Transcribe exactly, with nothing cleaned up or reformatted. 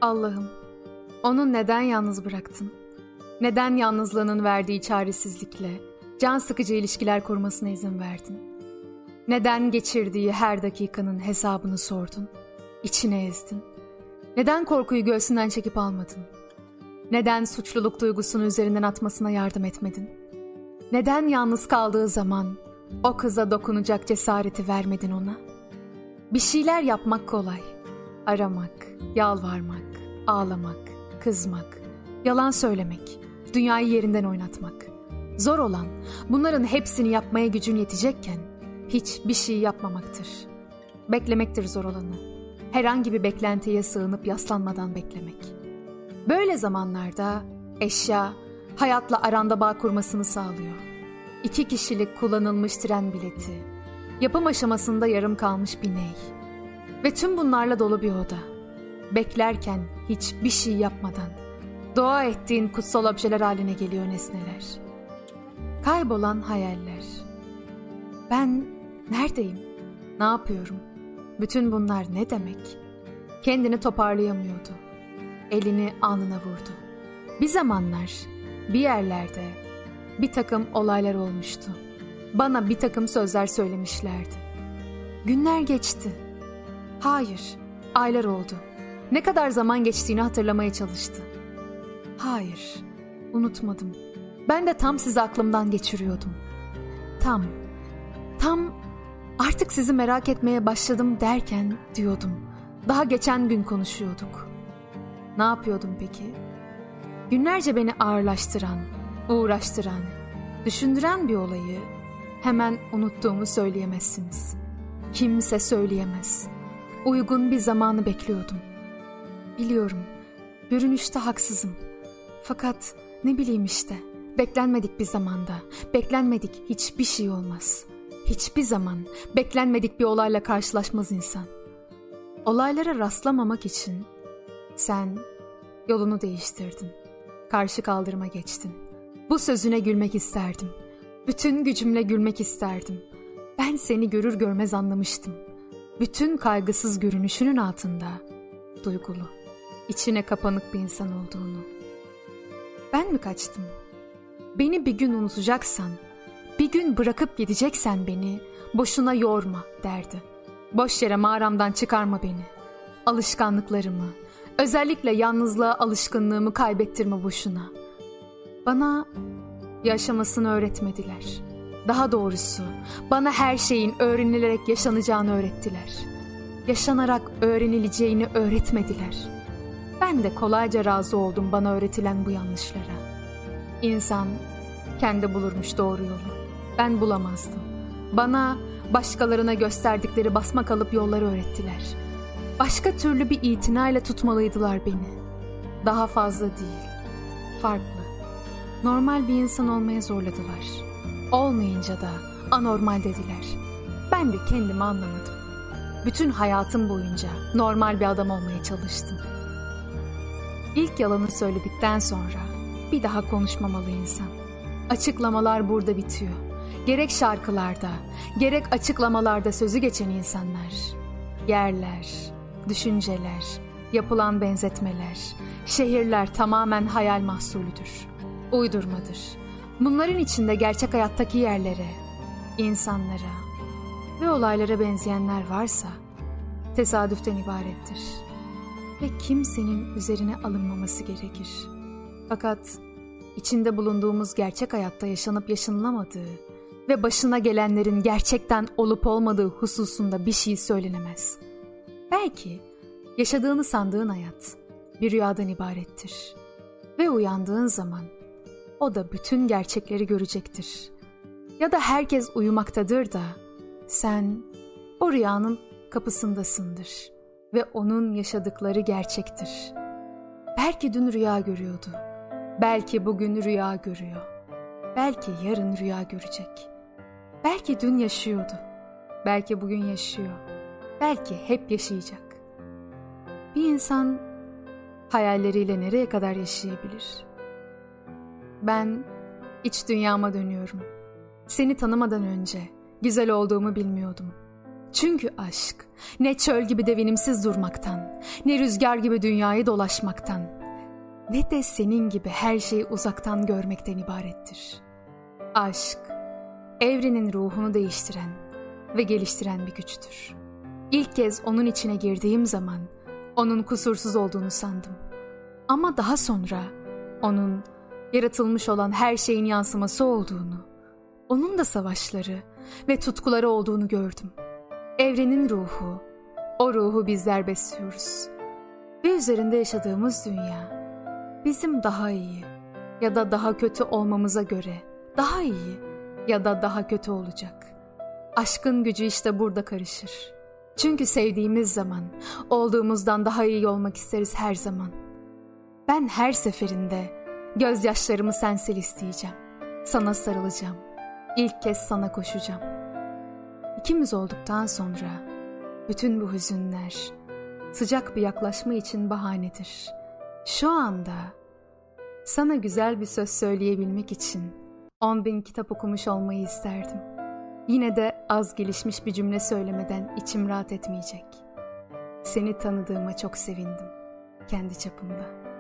Allah'ım, onu neden yalnız bıraktın? Neden yalnızlığının verdiği çaresizlikle can sıkıcı ilişkiler kurmasına izin verdin? Neden geçirdiği her dakikanın hesabını sordun, içine ezdin? Neden korkuyu göğsünden çekip almadın? Neden suçluluk duygusunu üzerinden atmasına yardım etmedin? Neden yalnız kaldığı zaman o kıza dokunacak cesareti vermedin ona? Bir şeyler yapmak kolay. Aramak, yalvarmak, ağlamak, kızmak, yalan söylemek, dünyayı yerinden oynatmak. Zor olan bunların hepsini yapmaya gücün yetecekken hiçbir şey yapmamaktır. Beklemektir zor olanı. Herhangi bir beklentiye sığınıp yaslanmadan beklemek. Böyle zamanlarda eşya hayatla aranda bağ kurmasını sağlıyor. İki kişilik kullanılmış tren bileti, yapım aşamasında yarım kalmış bir ney ve tüm bunlarla dolu bir oda. Beklerken hiçbir şey yapmadan dua ettiğin kutsal objeler haline geliyor nesneler. Kaybolan hayaller. Ben neredeyim? Ne yapıyorum? Bütün bunlar ne demek? Kendini toparlayamıyordu. Elini alnına vurdu. Bir zamanlar, bir yerlerde bir takım olaylar olmuştu. Bana bir takım sözler söylemişlerdi. Günler geçti. Hayır, aylar oldu. Ne kadar zaman geçtiğini hatırlamaya çalıştı. Hayır, unutmadım. Ben de tam sizi aklımdan geçiriyordum. Tam, tam artık sizi merak etmeye başladım derken diyordum. Daha geçen gün konuşuyorduk. Ne yapıyordum peki? Günlerce beni ağırlaştıran, uğraştıran, düşündüren bir olayı hemen unuttuğumu söyleyemezsiniz. Kimse söyleyemez. Uygun bir zamanı bekliyordum. Biliyorum, görünüşte haksızım. Fakat ne bileyim işte, beklenmedik bir zamanda, beklenmedik hiçbir şey olmaz. Hiçbir zaman beklenmedik bir olayla karşılaşmaz insan. Olaylara rastlamamak için sen yolunu değiştirdin. Karşı kaldırıma geçtin. Bu sözüne gülmek isterdim. Bütün gücümle gülmek isterdim. Ben seni görür görmez anlamıştım. Bütün kaygısız görünüşünün altında duygulu, içine kapanık bir insan olduğunu. Ben mi kaçtım? Beni bir gün unutacaksan, bir gün bırakıp gideceksen beni boşuna yorma derdi. Boş yere mağaramdan çıkarma beni. Alışkanlıklarımı, özellikle yalnızlığa alışkınlığımı kaybettirme boşuna. Bana yaşamasını öğretmediler. Daha doğrusu bana her şeyin öğrenilerek yaşanacağını öğrettiler. Yaşanarak öğrenileceğini öğretmediler. Ben de kolayca razı oldum bana öğretilen bu yanlışlara. İnsan kendi bulurmuş doğru yolu. Ben bulamazdım. Bana başkalarına gösterdikleri basma kalıp yolları öğrettiler. Başka türlü bir itinayla tutmalıydılar beni. Daha fazla değil, farklı. Normal bir insan olmaya zorladılar. Olmayınca da anormal dediler. Ben de kendimi anlamadım. Bütün hayatım boyunca normal bir adam olmaya çalıştım. İlk yalanı söyledikten sonra bir daha konuşmamalı insan. Açıklamalar burada bitiyor. Gerek şarkılarda, gerek açıklamalarda sözü geçen insanlar, yerler, düşünceler, yapılan benzetmeler, şehirler tamamen hayal mahsulüdür. Uydurmadır. Bunların içinde gerçek hayattaki yerlere, insanlara ve olaylara benzeyenler varsa tesadüften ibarettir. Ve kimsenin üzerine alınmaması gerekir. Fakat içinde bulunduğumuz gerçek hayatta yaşanıp yaşanılamadığı ve başına gelenlerin gerçekten olup olmadığı hususunda bir şey söylenemez. Belki yaşadığını sandığın hayat bir rüyadan ibarettir. Ve uyandığın zaman o da bütün gerçekleri görecektir. Ya da herkes uyumaktadır da sen o rüyanın kapısındasındır ve onun yaşadıkları gerçektir. Belki dün rüya görüyordu. Belki bugün rüya görüyor. Belki yarın rüya görecek. Belki dün yaşıyordu. Belki bugün yaşıyor. Belki hep yaşayacak. Bir insan hayalleriyle nereye kadar yaşayabilir? Ben iç dünyama dönüyorum. Seni tanımadan önce güzel olduğumu bilmiyordum. Çünkü aşk ne çöl gibi devinimsiz durmaktan, ne rüzgar gibi dünyayı dolaşmaktan, ne de senin gibi her şeyi uzaktan görmekten ibarettir. Aşk, evrenin ruhunu değiştiren ve geliştiren bir güçtür. İlk kez onun içine girdiğim zaman onun kusursuz olduğunu sandım. Ama daha sonra onun yaratılmış olan her şeyin yansıması olduğunu, onun da savaşları ve tutkuları olduğunu gördüm. Evrenin ruhu, o ruhu bizler besliyoruz. Ve üzerinde yaşadığımız dünya, bizim daha iyi ya da daha kötü olmamıza göre daha iyi ya da daha kötü olacak. Aşkın gücü işte burada karışır. Çünkü sevdiğimiz zaman olduğumuzdan daha iyi olmak isteriz her zaman. Ben her seferinde gözyaşlarımı sen sil isteyeceğim. Sana sarılacağım. İlk kez sana koşacağım. İkimiz olduktan sonra bütün bu hüzünler sıcak bir yaklaşma için bahanedir. Şu anda sana güzel bir söz söyleyebilmek için on bin kitap okumuş olmayı isterdim. Yine de az gelişmiş bir cümle söylemeden içim rahat etmeyecek. Seni tanıdığıma çok sevindim kendi çapımda.